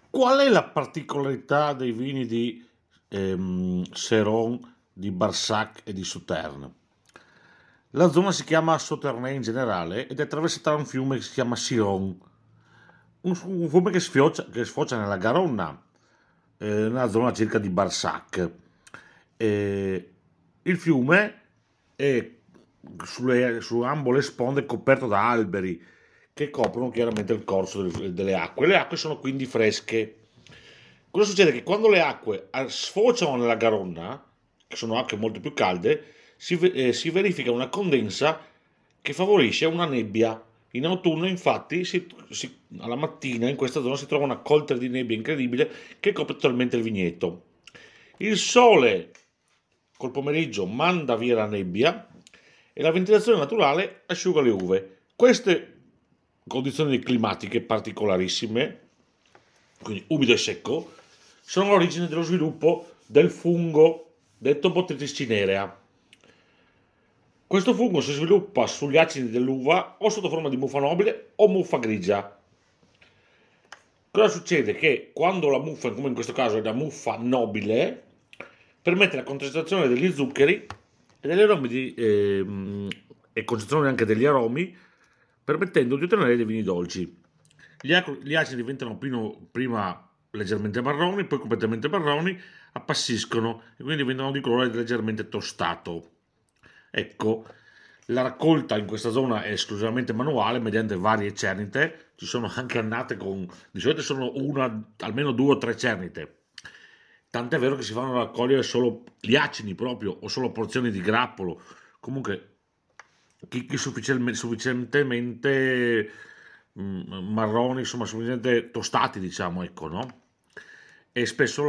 Qual è la particolarità dei vini di Séron, di Barsac e di Sauternes? La zona si chiama Sauternes in generale ed è attraversata da un fiume che si chiama Siron, un fiume che sfocia nella Garonna, nella zona circa di Barsac. Il fiume è su ambo le sponde coperto da alberi che coprono chiaramente il corso delle acque. Le acque sono quindi fresche. Cosa succede? Che quando le acque sfociano nella Garonna, che sono acque molto più calde, si verifica una condensa che favorisce una nebbia. In autunno, infatti, alla mattina in questa zona si trova una coltre di nebbia incredibile che copre totalmente il vigneto. Il sole col pomeriggio manda via la nebbia e la ventilazione naturale asciuga le uve. Queste condizioni climatiche particolarissime, quindi umido e secco, sono l'origine dello sviluppo del fungo detto Botrytis cinerea. Questo fungo si sviluppa sugli acini dell'uva o sotto forma di muffa nobile o muffa grigia. Cosa succede? Che quando la muffa, come in questo caso è una muffa nobile, permette la concentrazione degli zuccheri e degli aromi e concentrazione anche degli aromi, permettendo di ottenere dei vini dolci. Gli acidi diventano prima leggermente marroni, poi completamente marroni, appassiscono e quindi diventano di colore leggermente tostato. Ecco, la raccolta in questa zona è esclusivamente manuale mediante varie cernite, ci sono anche annate di solito sono almeno 2 o 3 cernite. Tant'è vero che si fanno raccogliere solo gli acini proprio o solo porzioni di grappolo, comunque chicchi sufficientemente marroni, insomma sufficientemente tostati, diciamo, ecco, no? E spesso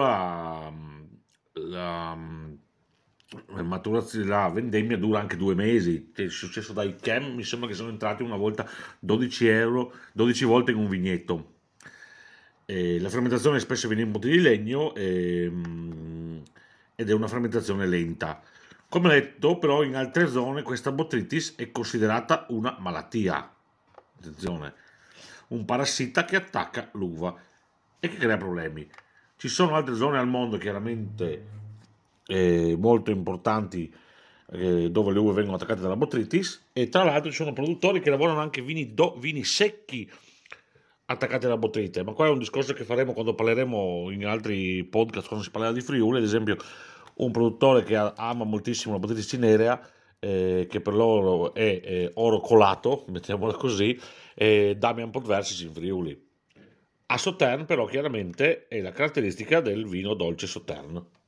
la maturazione, la vendemmia dura anche 2 mesi. È successo dai Chem, mi sembra che sono entrati una volta 12 euro, 12 volte in un vigneto. La fermentazione spesso viene in botti di legno ed è una fermentazione lenta. Come detto, però, in altre zone questa botrytis è considerata una malattia. Attenzione, un parassita che attacca l'uva e che crea problemi. Ci sono altre zone al mondo chiaramente molto importanti dove le uve vengono attaccate dalla botrytis e tra l'altro ci sono produttori che lavorano anche vini secchi attaccati alla botrite, ma qua è un discorso che faremo quando parleremo in altri podcast, quando si parlerà di Friuli, ad esempio un produttore che ama moltissimo la botrite cinerea, che per loro è oro colato, mettiamola così, Damian Podversis in Friuli. A Sauternes però chiaramente è la caratteristica del vino dolce Sauternes.